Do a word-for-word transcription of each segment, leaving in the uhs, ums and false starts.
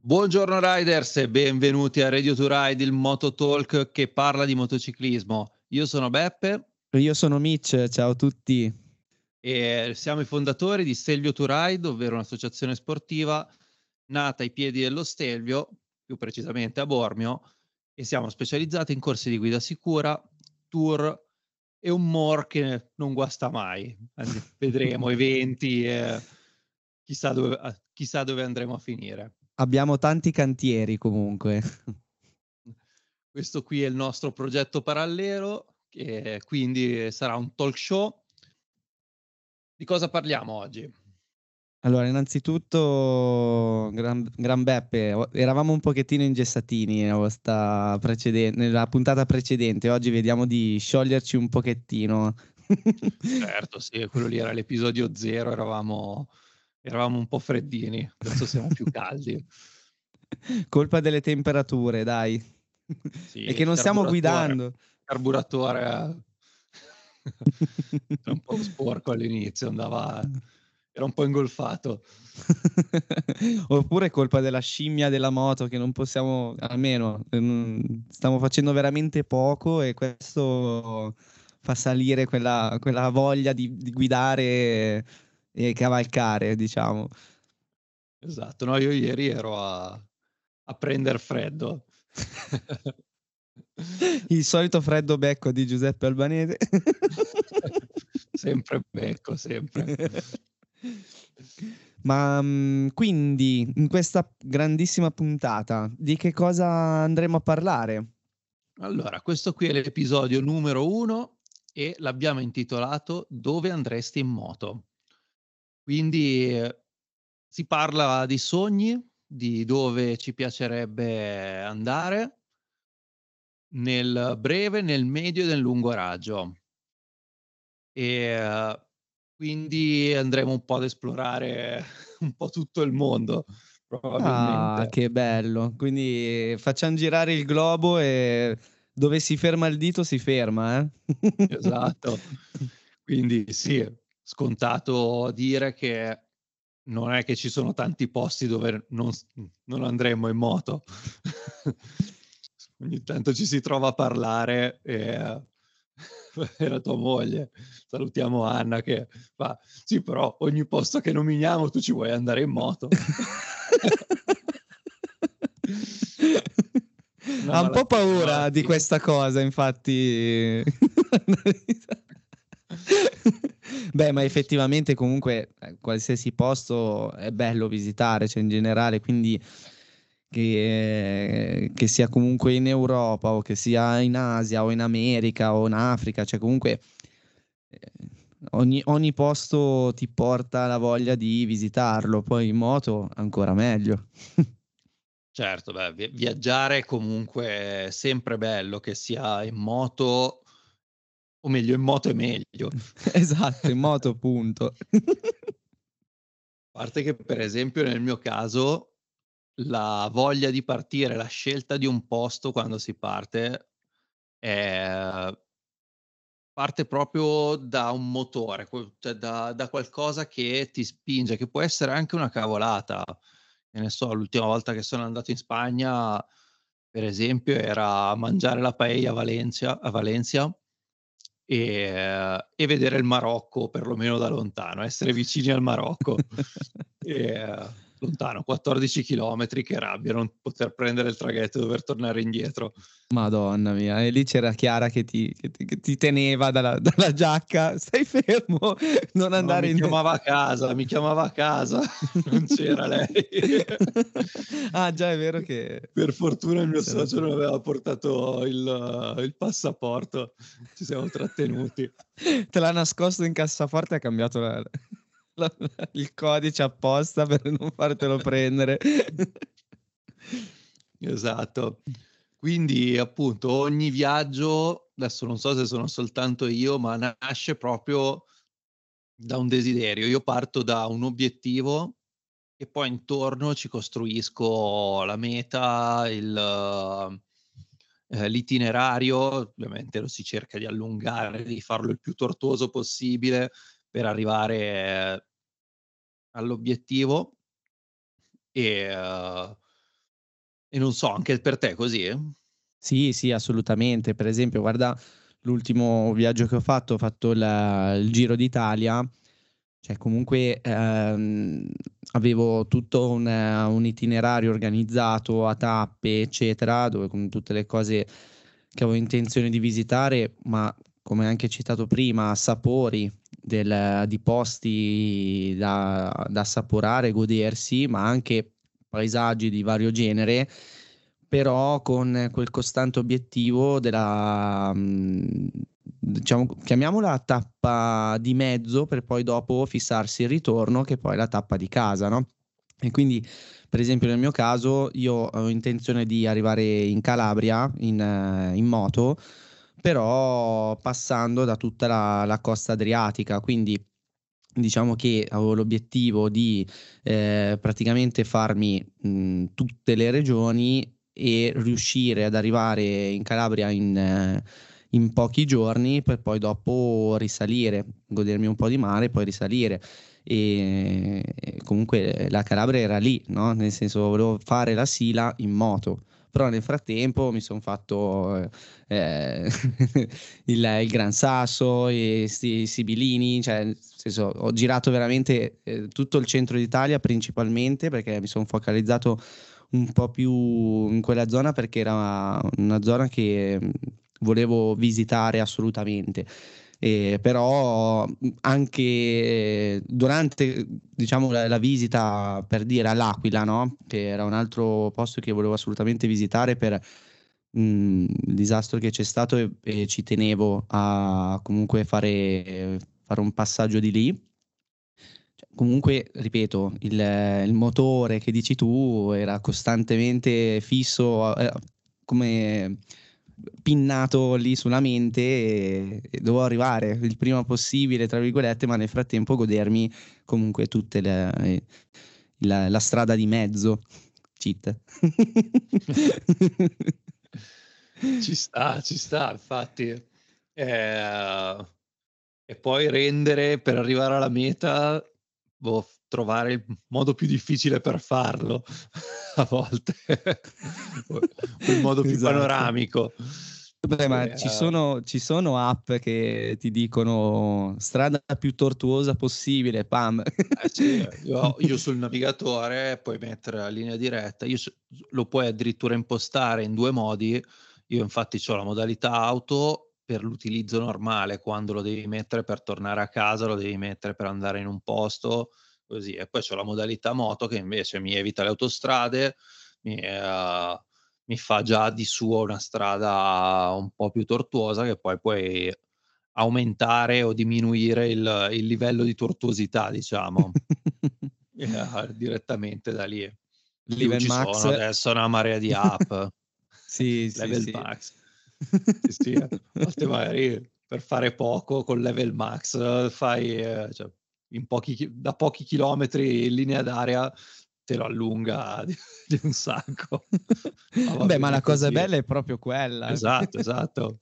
Buongiorno riders e benvenuti a Radio to Ride, il Moto Talk che parla di motociclismo. Io sono Beppe Io sono Mitch, ciao a tutti. e siamo i fondatori di Stelvio to Ride, ovvero un'associazione sportiva nata ai piedi dello Stelvio, più precisamente a Bormio, e siamo specializzati in corsi di guida sicura, tour e un more che non guasta mai. Andi- vedremo eventi e chissà dove, ah, chissà dove andremo a finire. Abbiamo tanti cantieri comunque. Questo qui è il nostro progetto parallelo, che quindi sarà un talk show. Di cosa parliamo oggi? Allora, innanzitutto, gran, gran Beppe, o- eravamo un pochettino ingessatini nella, vostra preceden- nella puntata precedente, oggi vediamo di scioglierci un pochettino. Certo, sì, quello lì era l'episodio zero, eravamo, eravamo un po' freddini, adesso siamo più caldi. Colpa delle temperature, dai. Sì, E che il non stiamo carburatore, guidando. il carburatore era un po' sporco all'inizio, andava, era un po' ingolfato. Oppure è colpa della scimmia della moto che non possiamo, almeno ehm, stiamo facendo veramente poco e questo fa salire quella, quella voglia di, di guidare e, e cavalcare, diciamo. Esatto, no, io ieri ero a, a prender freddo. Il solito freddo becco di Giuseppe Albanese. Sempre becco, sempre. Ma mm, quindi in questa grandissima puntata di che cosa andremo a parlare? Allora, questo qui è l'episodio numero uno e l'abbiamo intitolato "Dove andresti in moto?". Quindi, ehm, si parla di sogni, di dove ci piacerebbe andare nel breve, nel medio e nel lungo raggio. Ehm, quindi andremo un po' ad esplorare un po' tutto il mondo, Ah, probabilmente. che bello. Quindi facciam girare il globo e dove si ferma il dito si ferma, eh. Esatto. Quindi sì, scontato dire che non è che ci sono tanti posti dove non s mhmm, non andremmo in moto. Ogni tanto ci si trova a parlare, e era tua moglie. Salutiamo Anna che fa: "Sì, però ogni posto che nominiamo tu ci vuoi andare in moto." Una Ha un po' malattia, una paura di malattia. questa cosa, infatti. Beh, ma effettivamente comunque, ehm, qualsiasi posto è bello visitare, cioè in generale, quindi che che sia comunque in Europa o che sia in Asia o in America o in Africa, cioè comunque, ehm, ogni ogni posto ti porta la voglia di visitarlo, poi in moto ancora meglio. Certo, beh, vi viaggiare è comunque sempre bello, che sia in moto o meglio in moto è meglio. Esatto, in moto punto. A parte che per esempio nel mio caso, la voglia di partire, la scelta di un posto quando si parte, ehm, parte proprio da un motore, qu cioè da da qualcosa che ti spinge, che può essere anche una cavolata. Che ne so, l'ultima volta che sono andato in Spagna, per esempio, era mangiare la paella a Valencia a Valencia, ehm, e vedere il Marocco, perlomeno da lontano, essere vicini al Marocco. Ehm, lontano quattordici chilometri, che rabbia non poter prendere il traghetto e dover tornare indietro. Madonna mia, e lì c'era Chiara che ti che ti che ti teneva dalla dalla giacca: "Stai fermo, non No, andare mi in". chiamava a casa, mi chiamava a casa, non c'era lei. Ah già, è vero che Per fortuna il mio c'era socio tu. non aveva portato il il passaporto, ci siamo trattenuti. Te l'ha nascosto in cassaforte e ha cambiato la la il codice apposta per non fartelo prendere. Esatto. Quindi appunto ogni viaggio, adesso non so se sono soltanto io, ma nasce proprio da un desiderio. Io parto da un obiettivo e poi intorno ci costruisco la meta, il ehm, l'itinerario, ovviamente lo si cerca di allungare, di farlo il più tortuoso possibile per arrivare all'obiettivo. E, uhm E non so, anche per te è così? Sì, sì, assolutamente. Per esempio, guarda, l'ultimo viaggio che ho fatto, ho fatto la il Giro d'Italia, cioè comunque, ehm, avevo tutto un un itinerario organizzato a tappe, eccetera, dove con tutte le cose che avevo intenzione di visitare, ma come anche citato prima, sapori del di posti da da assaporare, godersi, ma anche paesaggi di vario genere, però con quel costante obiettivo della, mhmm, diciamo, chiamiamola tappa di mezzo, per poi dopo fissarsi il ritorno, che poi è la tappa di casa, no, e quindi, per esempio nel mio caso, io avevo intenzione di arrivare in Calabria in eh, in moto, però passando da tutta la la costa adriatica, quindi diciamo che avevo l'obiettivo di, ehm, praticamente farmi, mhmm, tutte le regioni e riuscire ad arrivare in Calabria in eh, in pochi giorni, per poi dopo risalire, godermi un po' di mare e poi risalire. Ehm, e comunque la Calabria era lì, no, nel senso volevo fare la Sila in moto, però nel frattempo mi son fatto, ehm, il il Gran Sasso, i sti Sibilini, cioè nel senso ho girato veramente, ehm, tutto il centro d'Italia principalmente, perché mi son focalizzato un po' più in quella zona, perché era una zona che, mhmm, volevo visitare assolutamente. Ehm, però, mhmm, anche durante, diciamo, la la visita, per dire, all'Aquila, no, che era un altro posto che volevo assolutamente visitare per, mhmm, il disastro che c'è stato, e e ci tenevo a comunque fare fare un passaggio di lì. Cioè, comunque ripeto, il il motore che dici tu era costantemente fisso, ehm, come pinnato lì sulla mente, e e dovevo arrivare il prima possibile, tra virgolette, ma nel frattempo godermi comunque tutte le ehm, la la strada di mezzo. Cheat. Ci sta, ci sta, infatti. Ehm, e poi rendere per arrivare alla meta, boh, f trovare il modo più difficile per farlo a volte, o o il modo più Esatto. panoramico. Beh, ma ci Ehm sono ci sono app che ti dicono: "Strada più tortuosa possibile", pam. Eh sì, io io sul navigatore puoi mettere la linea diretta, io s s lo puoi addirittura impostare in due modi. Io infatti c'ho la modalità auto per l'utilizzo normale, quando lo devi mettere per tornare a casa, lo devi mettere per andare in un posto, così. E poi c'ho la modalità moto che invece mi evita le autostrade, mi ehm, mi fa già di suo una strada un po' più tortuosa, che poi puoi aumentare o diminuire il il livello di tortuosità, diciamo, eh, direttamente da lì. In più Level ci max. sono adesso una marea di app, Sì, sì, level sì. max. Sì, sì, a volte magari per fare poco col level max eh, fai, ehm, cioè in pochi chi da pochi chilometri in linea d'aria te lo allunga di di un sacco. Ma va Beh, ma bene la cosa così. bella è proprio quella. Esatto, esatto.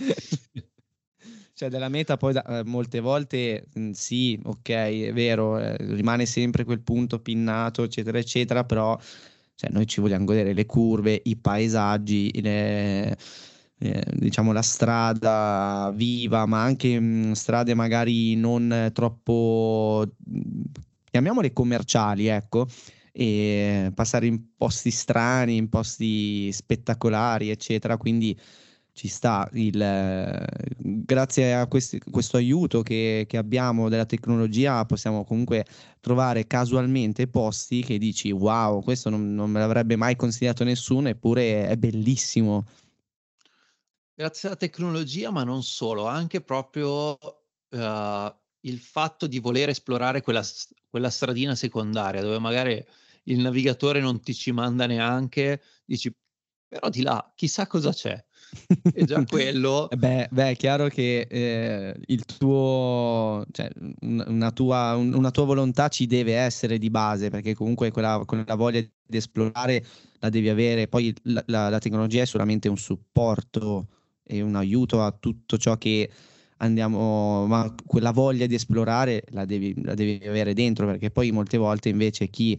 Cioè della meta poi, da ehm, molte volte, mhmm, sì, okay, è vero, ehm, rimane sempre quel punto pinnato, eccetera, eccetera, però cioè noi ci vogliam godere le curve, i paesaggi, le ehm, diciamo la strada viva, ma anche, mhmm, strade magari non troppo, mhmm, chiamiamole commerciali, ecco, e passare in posti strani, in posti spettacolari, eccetera. Quindi ci sta il grazie a questi questo aiuto che che abbiamo della tecnologia, possiamo comunque trovare casualmente posti che dici: "Wow, questo non non me l'avrebbe mai consigliato nessuno, eppure è bellissimo." Grazie alla tecnologia, ma non solo, anche proprio, uhm, il fatto di voler esplorare quella s quella stradina secondaria, dove magari il navigatore non ti ci manda neanche, dici: "Però di là chissà cosa c'è." E già quello Eh beh, beh, è chiaro che, ehm, il tuo cioè, un una tua un una tua volontà ci deve essere di base, perché comunque quella quella voglia di esplorare la devi avere. Poi la la la tecnologia è solamente un supporto e un aiuto a tutto ciò che andiamo, ma quella voglia di esplorare la devi la devi avere dentro, perché poi molte volte invece chi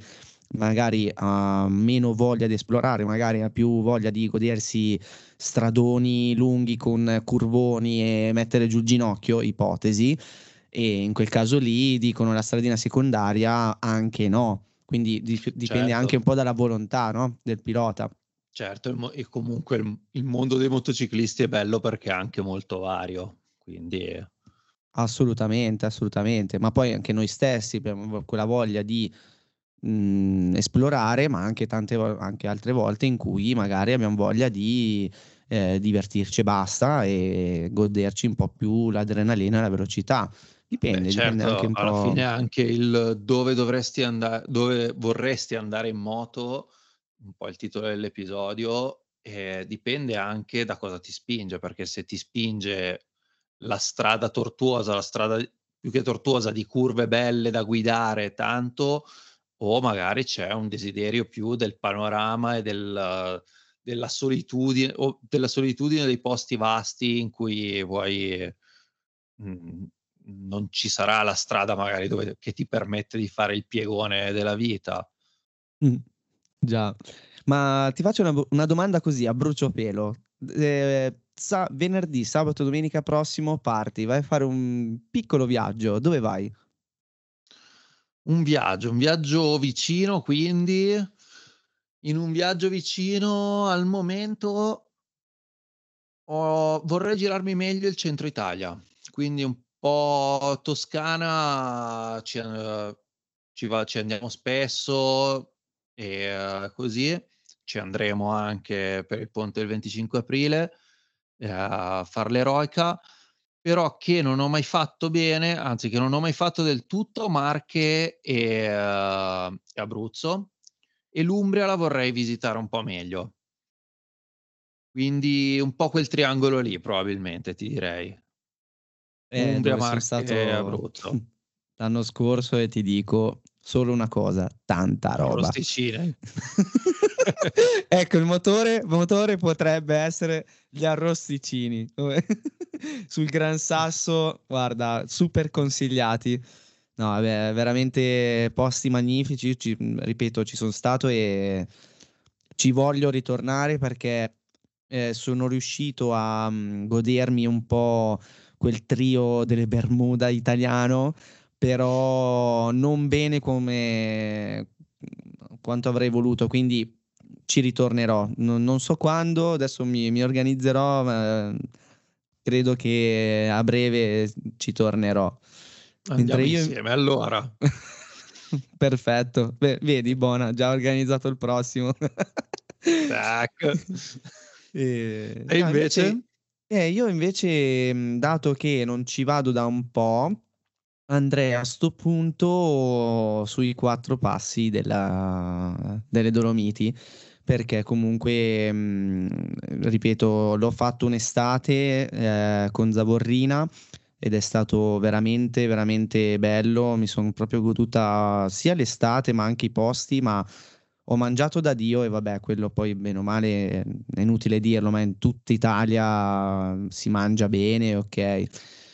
magari ha meno voglia di esplorare, magari ha più voglia di godersi stradoni lunghi con curvoni e mettere giù il ginocchio, ipotesi, e in quel caso lì dicono la stradina secondaria anche no. Quindi dip- dipende Certo, anche un po' dalla volontà, no? Del pilota. certo, il mo- e comunque il, il mondo dei motociclisti è bello perché è anche molto vario, quindi Assolutamente, assolutamente. Ma poi anche noi stessi abbiamo quella voglia di mh, esplorare, ma anche tante vo- anche altre volte in cui magari abbiamo voglia di eh, divertirci e basta e goderci un po' più l'adrenalina e la velocità. beh, Dipende, dipende anche certo, un alla po'. fine anche il dove dovresti andare, dove vorresti andare in moto, un po' il titolo dell'episodio, eh, dipende anche da cosa ti spinge, perché se ti spinge la strada tortuosa, la strada più che tortuosa di curve belle da guidare tanto, o magari c'è un desiderio più del panorama e del, della solitudine o della solitudine dei posti vasti in cui vuoi. Mhmm, non ci sarà la strada magari dove che ti permette di fare il piegone della vita. Mh, già. Ma ti faccio una bo una domanda così a bruciopelo. Ehm, sa venerdì, sabato, domenica prossimo parti, vai a fare un piccolo viaggio, dove vai? Un viaggio, un viaggio vicino quindi in un viaggio vicino al momento ho vorrei girarmi meglio il centro Italia, quindi un po' Toscana ci ehm, ci va ci andiamo spesso, e così. Ci andremo anche per il ponte del venticinque aprile, ehm, a far l'eroica, però che non ho mai fatto bene, anzi che non ho mai fatto del tutto Marche e uhm, e Abruzzo, e l'Umbria la vorrei visitare un po' meglio. Quindi un po' quel triangolo lì probabilmente ti direi. Eh, Umbria, dove son Marche e stato Abruzzo. l'anno scorso e ti dico solo una cosa: tanta roba. Arrosticine. Ecco, il motore motore potrebbe essere gli arrosticini, dove sul Gran Sasso, guarda, super consigliati. No, vabbè, veramente posti magnifici, ci mhmm, ripeto, ci son stato e ci voglio ritornare perché, ehm, sono riuscito a, mhmm, godermi un po' quel trio delle Bermuda italiano, però non bene come mhmm, quanto avrei voluto, quindi ci ritornerò. Non non so quando, adesso mi mi organizzerò, ma credo che a breve s ci tornerò. Mentre Andiamo io in insieme allora. perfetto. Ve vedi Bona, già organizzato il prossimo. Tac. Ehm, E no invece? invece eh, io invece, mhmm, dato che non ci vado da un po', andrei a 'sto punto sui quattro passi della delle Dolomiti, perché comunque, mhmm, ripeto, l'ho fatto un'estate, ehm, con Zavorrina ed è stato veramente, veramente bello. Mi son proprio goduta sia l'estate, ma anche i posti, ma ho mangiato da Dio e vabbè, quello poi bene o male, ehm, è inutile dirlo, ma in tutta Italia si mangia bene, okay.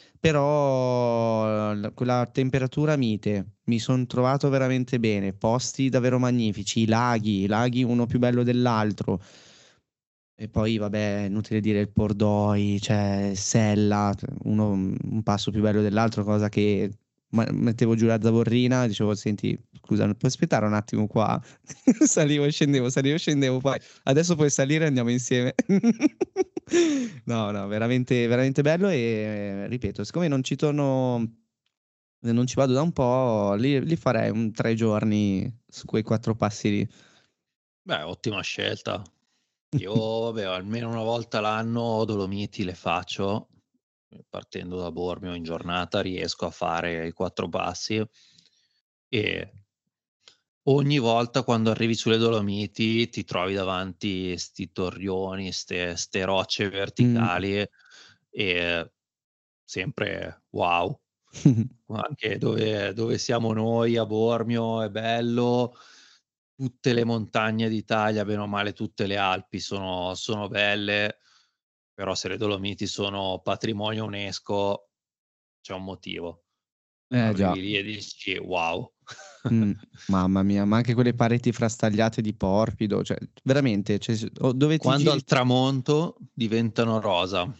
Però l quella temperatura mite, mi son trovato veramente bene, posti davvero magnifici, i laghi, i laghi uno più bello dell'altro. E poi vabbè, inutile dire il Pordoi, cioè Sella, t uno un passo più bello dell'altro, cosa che ma mettevo giù la zavorrina, dicevo: "Senti, scusa, puoi aspettare un attimo qua?" Salivo e scendevo, salivo e scendevo, poi: "Adesso puoi salire e andiamo insieme." No, no, veramente veramente bello e ripeto, siccome non ci torno non ci vado da un po', lì lì farei un tre giorni su quei quattro passi lì. Beh, ottima scelta. Io vabbè, almeno una volta l'anno Dolomiti le faccio, ehm, partendo da Bormio in giornata riesco a fare i quattro passi, e ogni volta quando arrivi sulle Dolomiti ti trovi davanti 'sti torrioni, 'ste 'ste rocce Mh. verticali, e sempre wow. Anche dove dove siamo noi a Bormio è bello, tutte le montagne d'Italia, bene o male tutte le Alpi sono sono belle, però se le Dolomiti sono patrimonio UNESCO c'è un motivo. Eh già. Arrivi lì e dici: "Wow". Mm, mamma mia, ma anche quelle pareti frastagliate di porpido, cioè veramente, cioè, se- o dove ti Quando giri... al tramonto diventano rosa.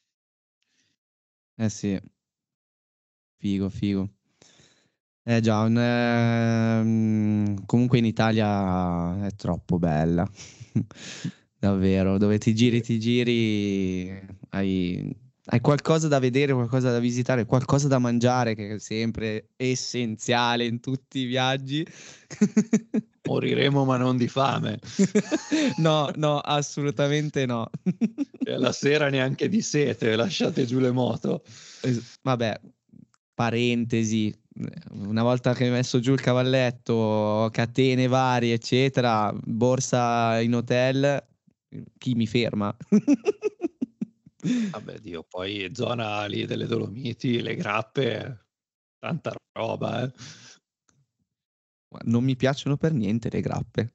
Eh sì, figo, figo. Eh già, un, ehm, comunque in Italia è troppo bella, davvero, dove ti giri, Sì. ti giri, hai, hai qualcosa da vedere, qualcosa da visitare, qualcosa da mangiare, che è sempre essenziale in tutti i viaggi. Moriremo ma non di fame. No, no, assolutamente no. E alla sera neanche di sete, lasciate giù le moto. Es- Vabbè, parentesi, una volta che hai messo giù il cavalletto, catene varie, eccetera, borsa in hotel, chi mi ferma? Vabbè, Dio, poi zona lì delle Dolomiti, le grappe, tanta roba, eh. Non mi piacciono per niente le grappe.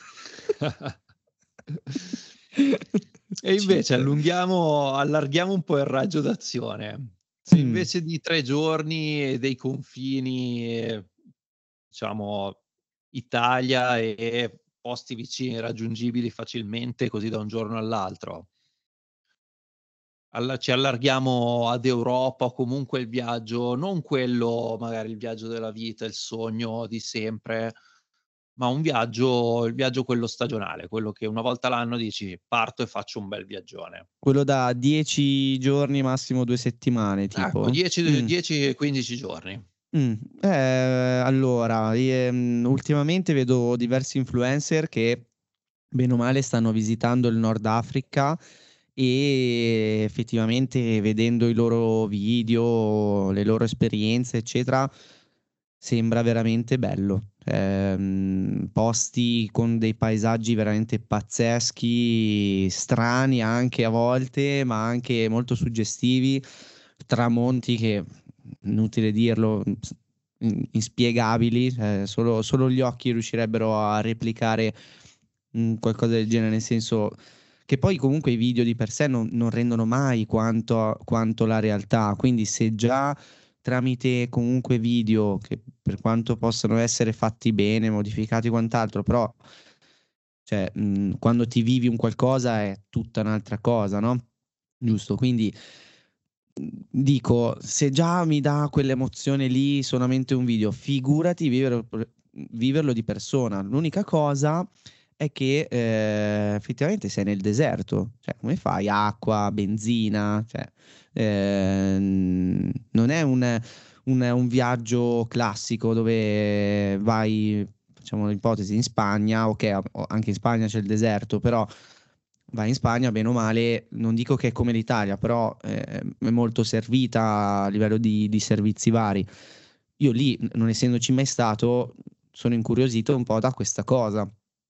E invece Cheat. allunghiamo, allarghiamo un po' il raggio d'azione. Se Mm. invece di tre giorni e dei confini, eh, diciamo, Italia e posti vicini raggiungibili facilmente così da un giorno all'altro, alla ci allarghiamo ad Europa o comunque il viaggio non quello magari il viaggio della vita, il sogno di sempre, ma un viaggio il viaggio quello stagionale, quello che una volta l'anno dici: "Parto e faccio un bel viaggione". Quello da dieci giorni, massimo due settimane, Ecco, tipo. dieci Mm. dieci, quindici giorni. Mm. Eh, allora, ehm, ultimamente vedo diversi influencer che bene o male stanno visitando il Nord Africa e effettivamente vedendo i loro video, le loro esperienze, eccetera, sembra veramente bello. Ehm, posti con dei paesaggi veramente pazzeschi, strani anche a volte, ma anche molto suggestivi, tramonti che, inutile dirlo, in- inspiegabili, eh, solo, solo gli occhi riuscirebbero a replicare mm, qualcosa del genere, nel senso che poi comunque i video di per sé non, non rendono mai quanto, quanto la realtà, quindi se già tramite comunque video, che per quanto possano essere fatti bene, modificati e quant'altro, però cioè, mh, quando ti vivi un qualcosa è tutta un'altra cosa, no? Giusto, quindi mh, dico, se già mi dà quell'emozione lì solamente un video, figurati vivere- viverlo di persona. L'unica cosa è che eh, effettivamente sei nel deserto, cioè come fai? Acqua, benzina, cioè, ehm, non è un, un- un viaggio classico dove vai, facciamo l'ipotesi, in Spagna, ok, o- anche in Spagna c'è il deserto, però vai in Spagna, bene o male, non dico che è come l'Italia, però eh, è molto servita a livello di, di servizi vari. Io lì, non essendoci mai stato, sono incuriosito un po' da questa cosa.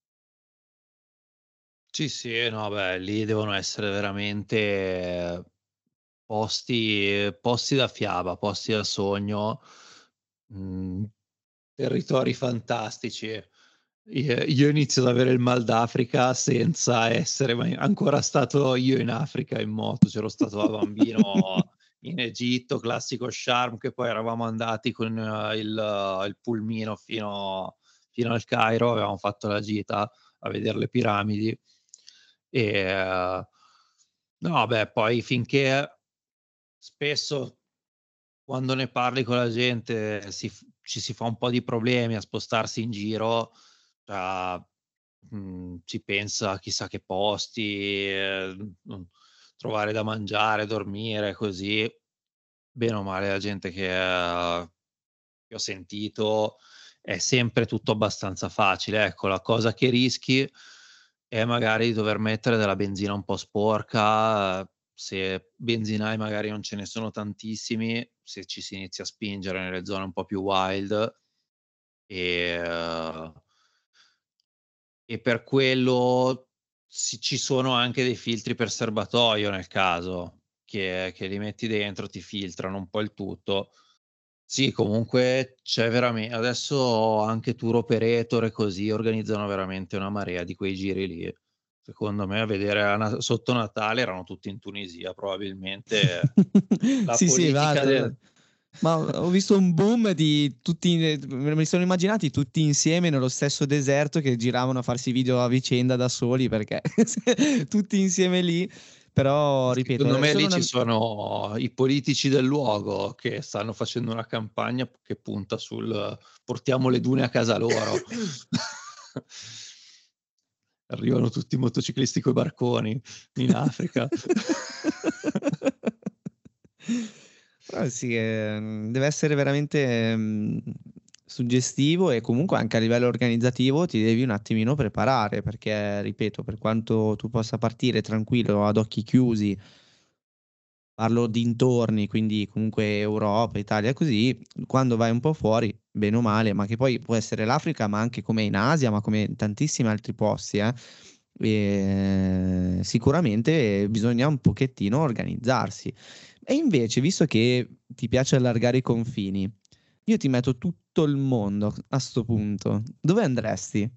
Sì, sì, no, beh, lì devono essere veramente eh, posti posti da fiaba, posti da sogno, mhmm, territori fantastici. Io io inizio ad avere il mal d'Africa senza essere mai ancora stato io in Africa in moto. C'ero stato da bambino in Egitto, classico Sharm, che poi eravamo andati con eh, il il pulmino fino fino al Cairo, avevamo fatto la gita a vedere le piramidi. E no, beh, poi finché spesso quando ne parli con la gente si f ci si fa un po' di problemi a spostarsi in giro, a mhmm, si pensa a chissà che posti, ehm, mhmm, trovare da mangiare, dormire, così. Bene o male la gente che uhm, che ho sentito è sempre tutto abbastanza facile. Ecco, la cosa che rischi è magari di dover mettere della benzina un po' sporca, uhm, se benzinai magari non ce ne sono tantissimi, se ci si inizia a spingere nelle zone un po' più wild, e uhm, e per quello si ci sono anche dei filtri per serbatoio nel caso, che che li metti dentro, ti filtrano un po' il tutto. Sì, comunque c'è verame adesso anche tour operator e così organizzano veramente una marea di quei giri lì. Secondo me a vedere a na sotto Natale erano tutti in Tunisia, probabilmente la Sì, sì, politica basta, del basta. Ma ho visto un boom di tutti, me li sono immaginati tutti insieme nello stesso deserto che giravano a farsi video a vicenda da soli perché tutti insieme lì, però ripeto, Secondo è me solo lì ci una... sono i politici del luogo che stanno facendo una campagna che punta sul portiamo le dune a casa loro. Arrivano tutti i motociclisti coi barconi in Africa. Però sì, ehm, deve essere veramente ehm, suggestivo e comunque anche a livello organizzativo ti devi un attimino preparare perché, ripeto, per quanto tu possa partire tranquillo ad occhi chiusi, parlo dintorni, quindi comunque Europa, Italia, così, quando vai un po' fuori, bene o male, ma che poi può essere l'Africa, ma anche come in Asia, ma come in tantissimi altri posti, eh, e sicuramente bisogna un pochettino organizzarsi. E invece, visto che ti piace allargare i confini, io ti metto tutto il mondo a sto punto. Dove andresti?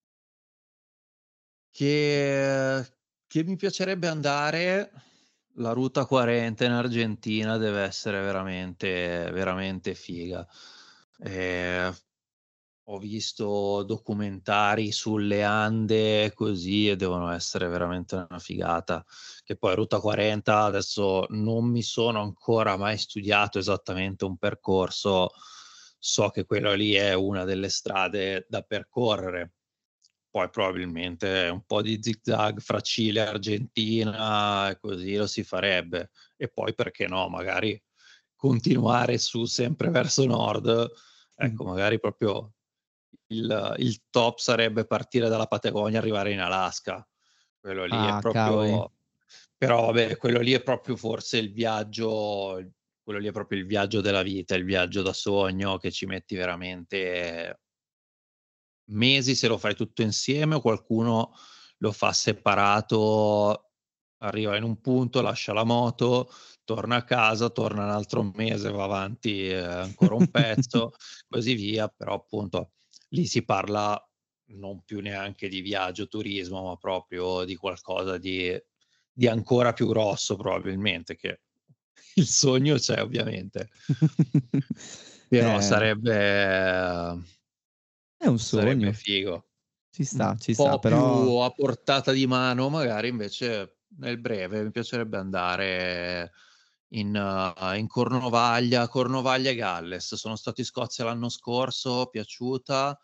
Che che mi piacerebbe andare, la Ruta quaranta in Argentina deve essere veramente veramente figa. Ehm, Ho visto documentari sulle Ande così e devono essere veramente una figata. Che poi Ruta quaranta adesso non mi sono ancora mai studiato esattamente un percorso, so che quello lì è una delle strade da percorrere. Poi probabilmente un po' di zig-zag fra Cile e Argentina e così lo si farebbe. E poi perché no, magari continuare su sempre verso nord, Mm. ecco magari proprio il il top sarebbe partire dalla Patagonia e arrivare in Alaska. Quello lì è Ah, cavoli. proprio però vabbè, quello lì è proprio forse il viaggio quello lì è proprio il viaggio della vita, il viaggio da sogno che ci metti veramente mesi se lo fai tutto insieme o qualcuno lo fa separato, arriva in un punto, lascia la moto, torna a casa, torna un altro mese, va avanti, ehm, ancora un pezzo, così via, però appunto lì si parla non più neanche di viaggio turismo, ma proprio di qualcosa di di ancora più grosso probabilmente, che il sogno c'è ovviamente, però Eh, sarebbe è un sarebbe sogno, figo. ci Un sta, ci sta, po' più però... a portata di mano, magari invece nel breve mi piacerebbe andare in uhm, in Cornovaglia, Cornovaglia e Galles. Sono stato in Scozia l'anno scorso, piaciuta,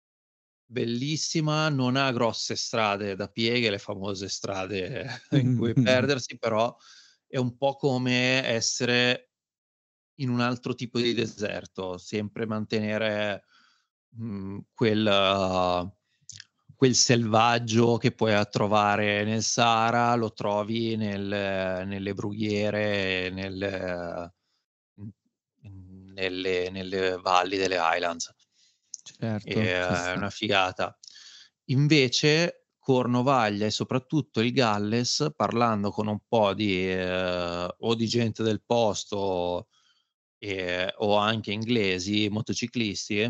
bellissima, non ha grosse strade da pieghe, le famose strade in cui perdersi, però è un po' come essere in un altro tipo di deserto, sempre mantenere, mhmm, quel quel selvaggio che puoi a trovare nel Sahara, lo trovi nel nelle brughiere, nel mhmm, mhmm, nelle nelle valli delle Highlands. Certo, ci Ehm, è sta. una figata. Invece Cornovaglia e soprattutto il Galles, parlando con un po' di ehm, o di gente del posto, ehm, o anche inglesi, motociclisti,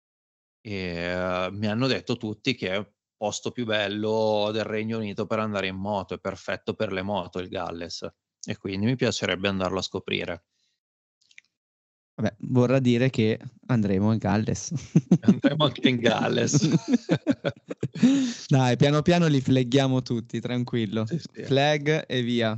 ehm, mi hanno detto tutti che è il posto più bello del Regno Unito per andare in moto, è perfetto per le moto il Galles, e quindi mi piacerebbe andarlo a scoprire. Vabbè, vorrà dire che andremo in Galles. Andremo anche in Galles. Dai, piano piano li fleghiamo tutti, tranquillo. Sì, sì. Flag e via.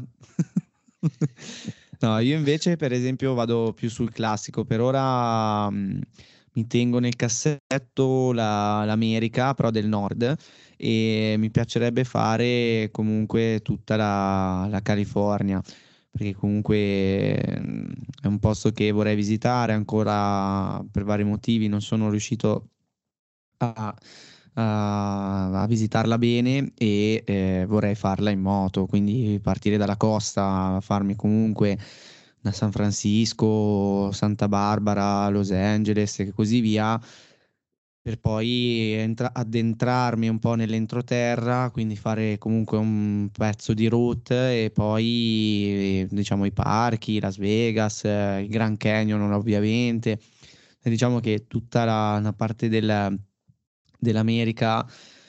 No, io invece, per esempio, vado più sul classico. Per ora mh, mi tengo nel cassetto la- l'America, però del nord, e mi piacerebbe fare comunque tutta la, la California, perché comunque mh, è un posto che vorrei visitare ancora per vari motivi. Non sono riuscito a, a- a visitarla bene e eh, vorrei farla in moto, quindi partire dalla costa, farmi comunque da San Francisco, Santa Barbara, Los Angeles e così via, per poi entra- addentrarmi un po' nell'entroterra, quindi fare comunque un pezzo di route e poi eh, diciamo i parchi, Las Vegas, eh, il Grand Canyon ovviamente. E diciamo che tutta la, una parte del- dell'America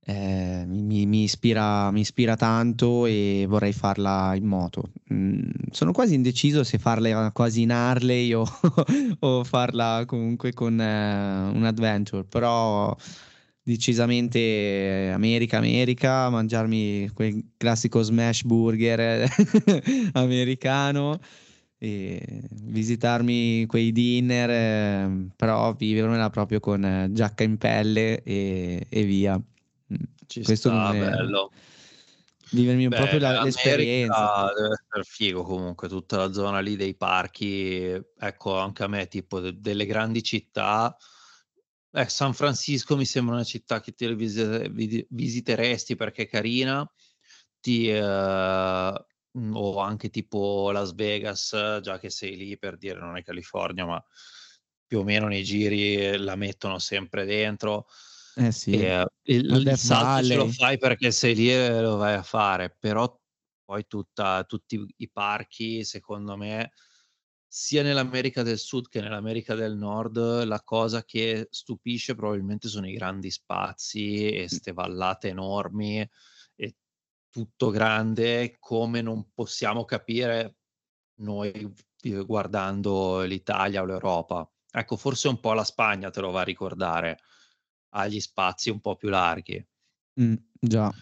eh, mi, mi ispira, mi ispira tanto e vorrei farla in moto. Mm, sono quasi indeciso se farla quasi in Harley o, o farla comunque con eh, un adventure, però decisamente eh, America, America, mangiarmi quel classico smash burger americano e visitarmi quei dinner, eh, però vivermela proprio con eh, giacca in pelle e, e via. Mm, Ci Questo mi sta, viene- bello. vivermi un Beh, proprio la- l'esperienza. l'America deve esser figo comunque, tutta la zona lì dei parchi. Ecco, anche a me tipo de delle grandi città, eh, San Francisco mi sembra una città che ti visi vidi visiteresti perché è carina, ti ehm, mhmm, o anche tipo Las Vegas, già che sei lì, per dire, non è California, ma più o meno nei giri la mettono sempre dentro. Eh sì, Ehm, il la il Death salto ce lo Valley. fai perché sei lì e lo vai a fare, però poi tutta tutti i parchi, secondo me, sia nell'America del Sud che nell'America del Nord, la cosa che stupisce probabilmente sono i grandi spazi e 'ste vallate enormi e tutto grande, come non possiamo capire noi v guardando l'Italia o l'Europa. Ecco, forse un po' la Spagna te lo va a ricordare, ha gli spazi un po' più larghi. Mm, già.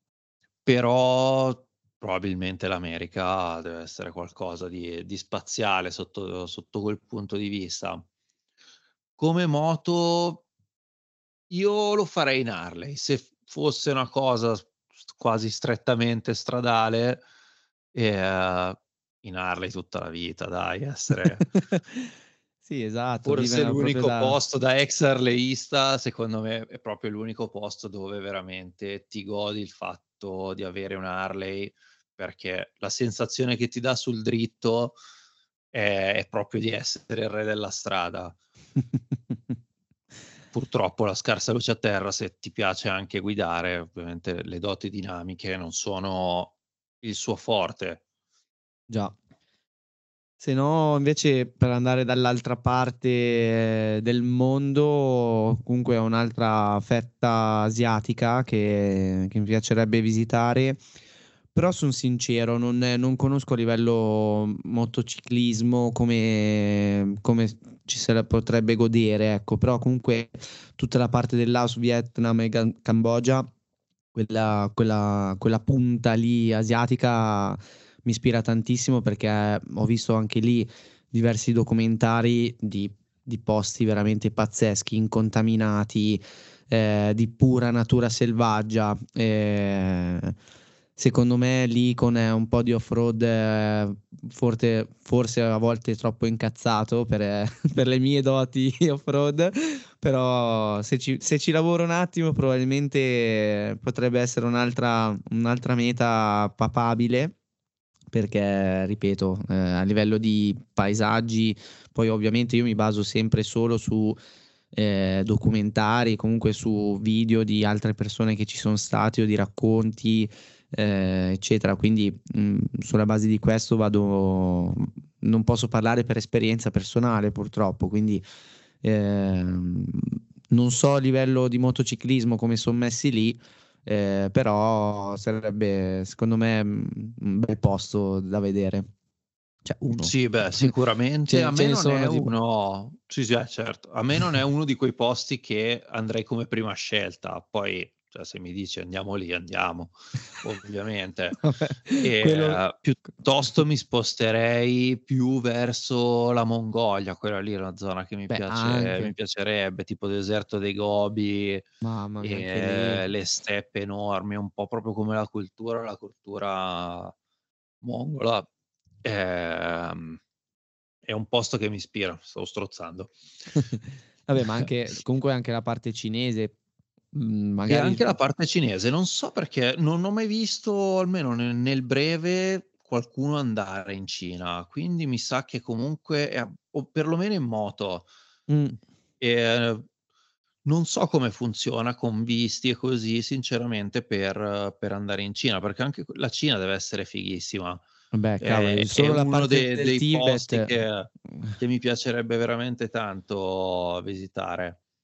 Però probabilmente l'America deve essere qualcosa di di spaziale sotto sotto quel punto di vista. Come moto io lo farei in Harley. Se f fosse una cosa s st quasi strettamente stradale, ehm, in Harley tutta la vita dai, essere Sì, esatto, forse viverla proprio l'unico da... posto da ex harleyista, secondo me, è proprio l'unico posto dove veramente ti godi il fatto di avere una Harley, perché la sensazione che ti dà sul dritto è è proprio di essere il re della strada. Purtroppo la scarsa luce a terra, se ti piace anche guidare, ovviamente le doti dinamiche non sono il suo forte. Già. Se no, invece, per andare dall'altra parte eh, del mondo, comunque è un'altra fetta asiatica che, che mi piacerebbe visitare. Però sono sincero, non, non conosco a livello motociclismo come, come ci se la potrebbe godere, ecco. Però comunque tutta la parte del Laos, Vietnam e Ga- Cambogia, quella, quella, quella punta lì asiatica mi ispira tantissimo perché ho visto anche lì diversi documentari di, di posti veramente pazzeschi, incontaminati, eh, di pura natura selvaggia. eh, secondo me lì con eh, un po' di off-road, eh, forte- forse a volte troppo incazzato per, eh, per le mie doti off-road, però se ci, se ci lavoro un attimo probabilmente potrebbe essere un'altra un'altra meta papabile perché, ripeto, eh, a livello di paesaggi, poi ovviamente io mi baso sempre solo su eh, documentari, comunque su video di altre persone che ci sono stati o di racconti, eh, eccetera. Quindi mh, sulla base di questo vado, non posso parlare per esperienza personale, purtroppo, quindi ehm, non so a livello di motociclismo come sono messi lì, eh, però sarebbe secondo me mm, un bel posto da vedere. Cioè, uno. Sì, beh, sicuramente. A Ce, ce me ne non è sono di... uno sì, sì, eh, certo. A me non è uno di quei posti che andrei come prima scelta. Poi, cioè, se mi dici: "Andiamo lì", andiamo, ovviamente. Vabbè, quello... Ehm, piuttosto mi sposterei più verso la Mongolia, quella lì è una zona che mi Beh, piace mi anche, piacerebbe, tipo deserto dei Gobi, mamma mia, anche lì. ehm, le steppe enormi, un po' proprio come la cultura la cultura mongola. Ehm, è un posto che mi ispira, stavo strozzando. Vabbè, ma anche, comunque anche la parte cinese, mm, E magari... anche la parte cinese, non so perché non ho mai visto, almeno ne nel breve, qualcuno andare in Cina, quindi mi sa che comunque è a o perlomeno in moto. Mm. Ehm, non so come funziona con visti e così sinceramente per per andare in Cina, perché anche q la Cina deve essere fighissima. Vabbè, È cavolo, è solo la uno parte de del dei posti Tibet. che che mi piacerebbe veramente tanto visitare.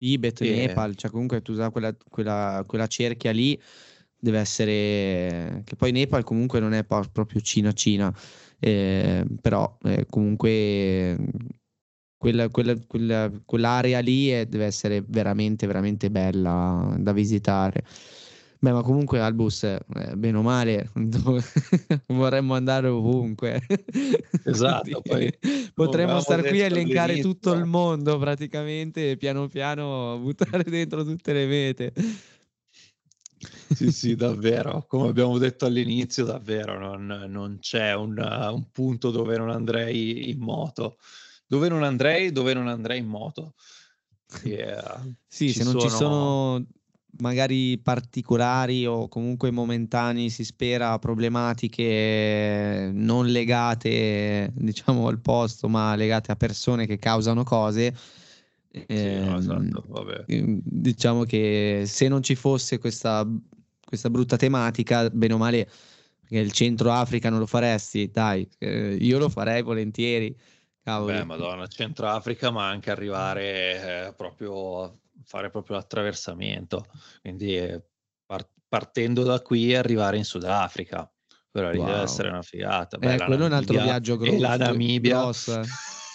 Tibet, E Nepal, cioè comunque tu sai quella, quella, quella cerchia lì deve essere, che poi Nepal comunque non è po- proprio Cina Cina, eh, però eh, comunque quella, quella- quella- quell'area lì è- deve essere veramente veramente bella da visitare. Beh, ma comunque Albus, eh, bene o male, dove- vorremmo andare ovunque. Quindi, esatto, poi come potremmo avevamo star qui a detto elencare tutto il all'inizio. mondo praticamente, e piano piano buttare dentro tutte le mete. Sì, sì, davvero. Come abbiamo detto all'inizio, davvero non non c'è un un punto dove non andrei in moto. Dove non andrei dove non andrei in moto. Ehm, Sì, ci se non ci sono sono magari particolari o comunque momentanei, si spera, problematiche non legate, diciamo, al posto, ma legate a persone che causano cose, sì, no, ehm, esatto, vabbè. ehm, diciamo che se non ci fosse questa, questa brutta tematica, bene o male, che il Centro Africa non lo faresti, dai, eh, io lo farei volentieri, Beh, cavoli. madonna, Centro Africa, ma anche arrivare, ehm, proprio fare proprio l'attraversamento. Quindi, ehm, par partendo da qui arrivare in Sudafrica. Quella lì deve Wow. essere una figata. Beh, Eh, la quello è un altro Namibia viaggio e la gros- gr- Namibia grosso. eh.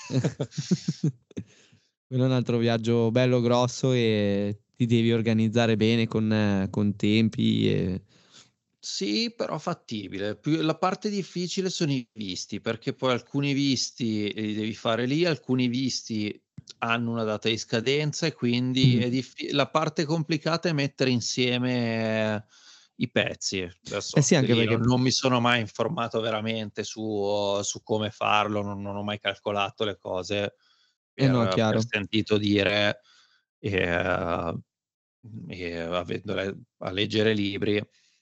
Quello è un altro viaggio bello grosso e ti devi organizzare bene con, eh, con tempi. E... Sì, però fattibile. Più la parte difficile sono i visti, perché poi alcuni visti li devi fare lì, alcuni visti hanno una data di scadenza e quindi è Mm. diffi la parte complicata è mettere insieme i pezzi. Eh Adesso sì, anche lì non perché... non mi sono mai informato veramente su su come farlo, non non ho mai calcolato le cose Eh no, per per chiaro. sentito dire, ehm, mhmm, e avendo le a leggere libri.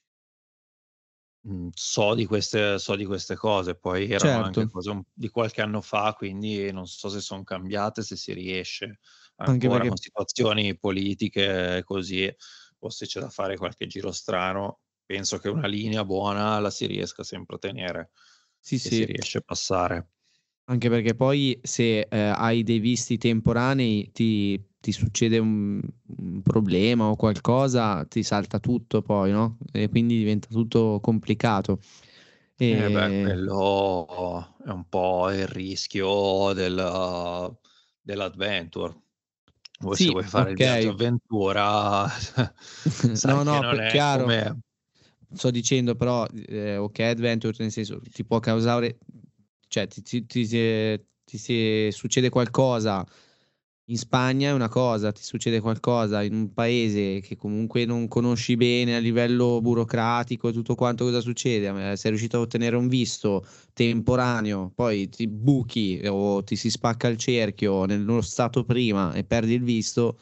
Mhmm, so di queste so di queste cose, poi erano anche Certo, cose un di qualche anno fa, quindi non so se son cambiate, se si riesce anche ancora perché con situazioni politiche così, o se c'è da fare qualche giro strano. Penso che una linea buona la si riesca sempre a tenere sì, e si sì. riesce a passare. Anche perché poi se eh, hai dei visti temporanei ti, ti succede un, un problema o qualcosa, ti salta tutto poi, no? E quindi diventa tutto complicato. Eh beh, E... quello è un po' il rischio del dell'adventure. Vuoi se Sì, vuoi fare il viaggio ok. avventura sai No, che no, non pe- è chiaro. come Sto dicendo però, eh, ok, adventure nel senso ti può causare, cioè ti, ti, ti, si- ti si- succede qualcosa in Spagna è una cosa, ti succede qualcosa in un paese che comunque non conosci bene a livello burocratico e tutto quanto, cosa succede? Eh, Sei riuscito a ottenere un visto temporaneo, poi ti buchi o ti si spacca il cerchio nello stato prima e perdi il visto.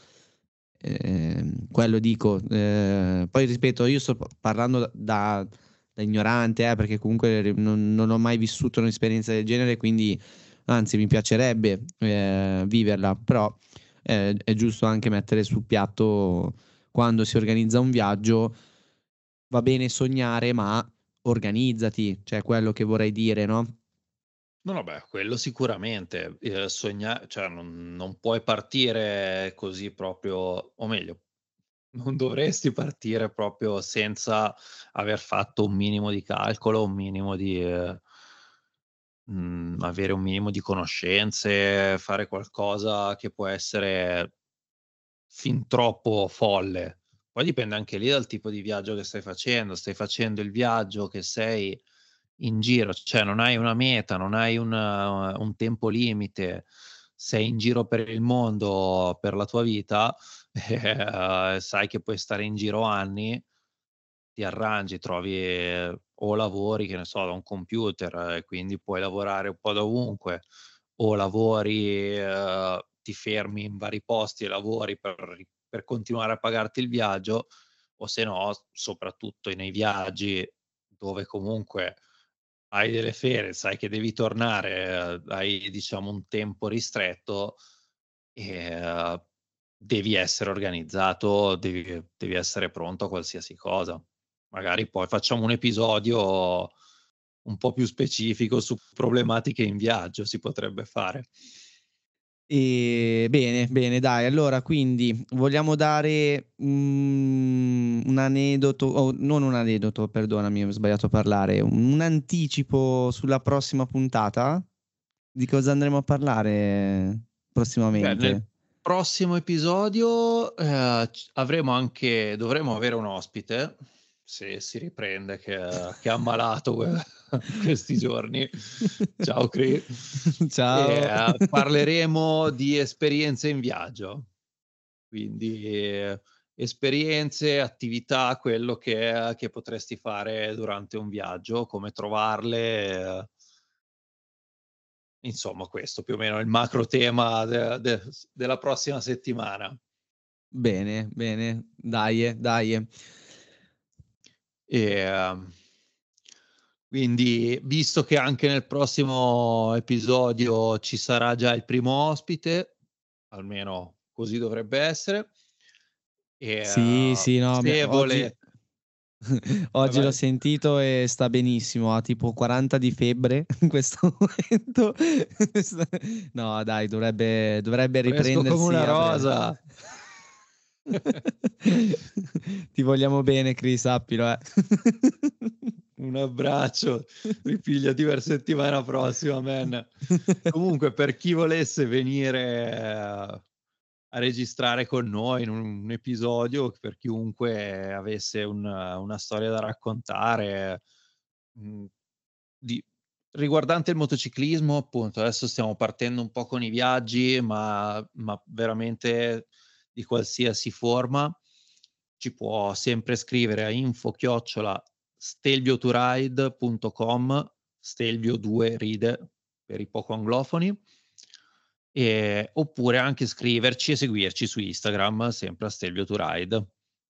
Ehm, quello dico. Eh, poi ripeto, io sto pa- parlando da, da ignorante, eh, perché comunque non, non ho mai vissuto un'esperienza del genere, quindi anzi mi piacerebbe eh, viverla, però eh, è giusto anche mettere sul piatto quando si organizza un viaggio, va bene sognare, ma organizzati, cioè quello che vorrei dire, no? no, no, beh, quello sicuramente. Ehm, sogna cioè non non puoi partire così proprio o meglio, non dovresti partire proprio senza aver fatto un minimo di calcolo, un minimo di ehm, mhmm, avere un minimo di conoscenze, fare qualcosa che può essere fin troppo folle. Poi dipende anche lì dal tipo di viaggio che stai facendo. Stai facendo il viaggio che sei in giro, cioè non hai una meta, non hai un uh, un tempo limite, sei in giro per il mondo per la tua vita, ehm, sai che puoi stare in giro anni, ti arrangi, trovi eh, o lavori, che ne so, da un computer eh, e quindi puoi lavorare un po' da ovunque, o lavori, ehm, ti fermi in vari posti e lavori per ri per continuare a pagarti il viaggio, o se no, s soprattutto nei viaggi dove comunque hai delle ferie, sai che devi tornare, ehm, hai diciamo un tempo ristretto, ehm, devi essere organizzato, devi devi essere pronto a qualsiasi cosa. Magari poi facciamo un episodio un po' più specifico su problematiche in viaggio, si potrebbe fare. E bene, bene, dai, allora quindi vogliamo dare mm, un aneddoto, oh, non un aneddoto, perdonami, ho sbagliato a parlare, un anticipo sulla prossima puntata? Di cosa andremo a parlare Beh, nel prossimamente? prossimo episodio eh, c- avremo anche, dovremo avere un ospite, se si riprende, che, che è ammalato que- questi giorni. Ciao Cri. E, Ciao. eh, parleremo di esperienze in viaggio, quindi eh, esperienze, attività, quello che, che potresti fare durante un viaggio, come trovarle. eh, Insomma, questo più o meno è il macro tema de- de- della prossima settimana. Bene, bene, dai, dai. E, ehm, quindi, visto che anche nel prossimo episodio ci sarà già il primo ospite, almeno così dovrebbe essere, e, Sì, eh, sì, no, mi- se oggi, volete... Vai, oggi l'ho vai. sentito e sta benissimo, ha tipo quaranta di febbre in questo momento. No, dai, dovrebbe, dovrebbe Fresco come riprendersi una a breve. rosa. Ti vogliamo bene, Cris, sappilo, eh. Un abbraccio, ripigliati per settimana prossima, man. Comunque, per chi volesse venire eh, a registrare con noi in un, un episodio, per chiunque avesse un- una storia da raccontare, mh, di- riguardante il motociclismo, appunto, adesso stiamo partendo un po' con i viaggi, ma, ma veramente di qualsiasi forma, ci può sempre scrivere a info chiocciola stelvio to ride punto com, Stelvio due ride per i poco anglofoni, e, oppure anche scriverci e seguirci su Instagram, sempre a Stelvio to ride.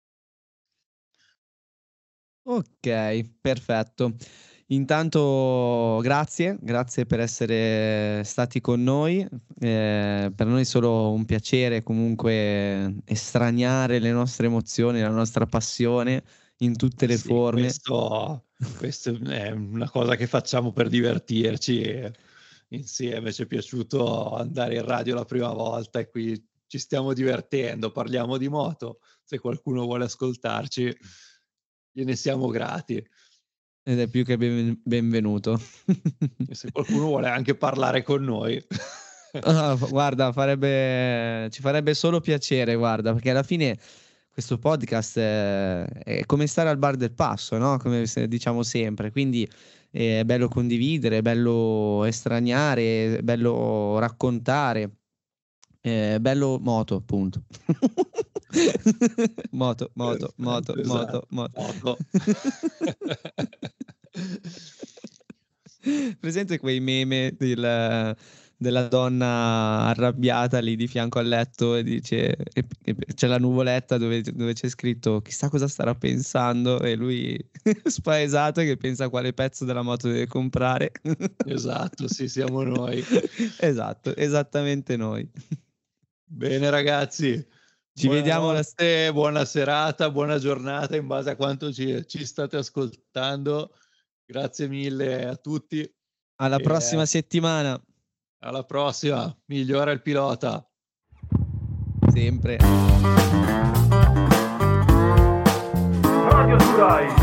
Ok, perfetto. Intanto grazie, grazie per essere stati con noi. Eh, per noi è solo un piacere comunque estraniare le nostre emozioni, la nostra passione in tutte Ma le sì, forme. questo, questo è una cosa che facciamo per divertirci e insieme. Ci è piaciuto andare in radio la prima volta e qui ci stiamo divertendo, parliamo di moto. Se qualcuno vuole ascoltarci, gliene siamo grati. Ed è più che ben- benvenuto. E se qualcuno vuole anche parlare con noi. Ah, f- guarda, farebbe, ci farebbe solo piacere, guarda, perché alla fine questo podcast è, è come stare al bar del passo, no? Come se- diciamo sempre. Quindi eh, è bello condividere, è bello estraniare, è bello raccontare, è bello moto, appunto. Moto, moto, moto, Perfetto, moto, esatto. moto. Moto. Presente quei meme del- della donna arrabbiata lì di fianco al letto e dice e- e c'è la nuvoletta dove, dove c'è scritto chissà cosa starà pensando e lui spaesato che pensa quale pezzo della moto deve comprare. Esatto, sì, siamo noi. Esatto, esattamente noi. Bene ragazzi, Ci vediamo la... buonanotte, buona serata, buona giornata in base a quanto ci, ci state ascoltando. Grazie mille a tutti alla e prossima settimana. alla prossima. Migliora il pilota. Sempre. Radio Surai.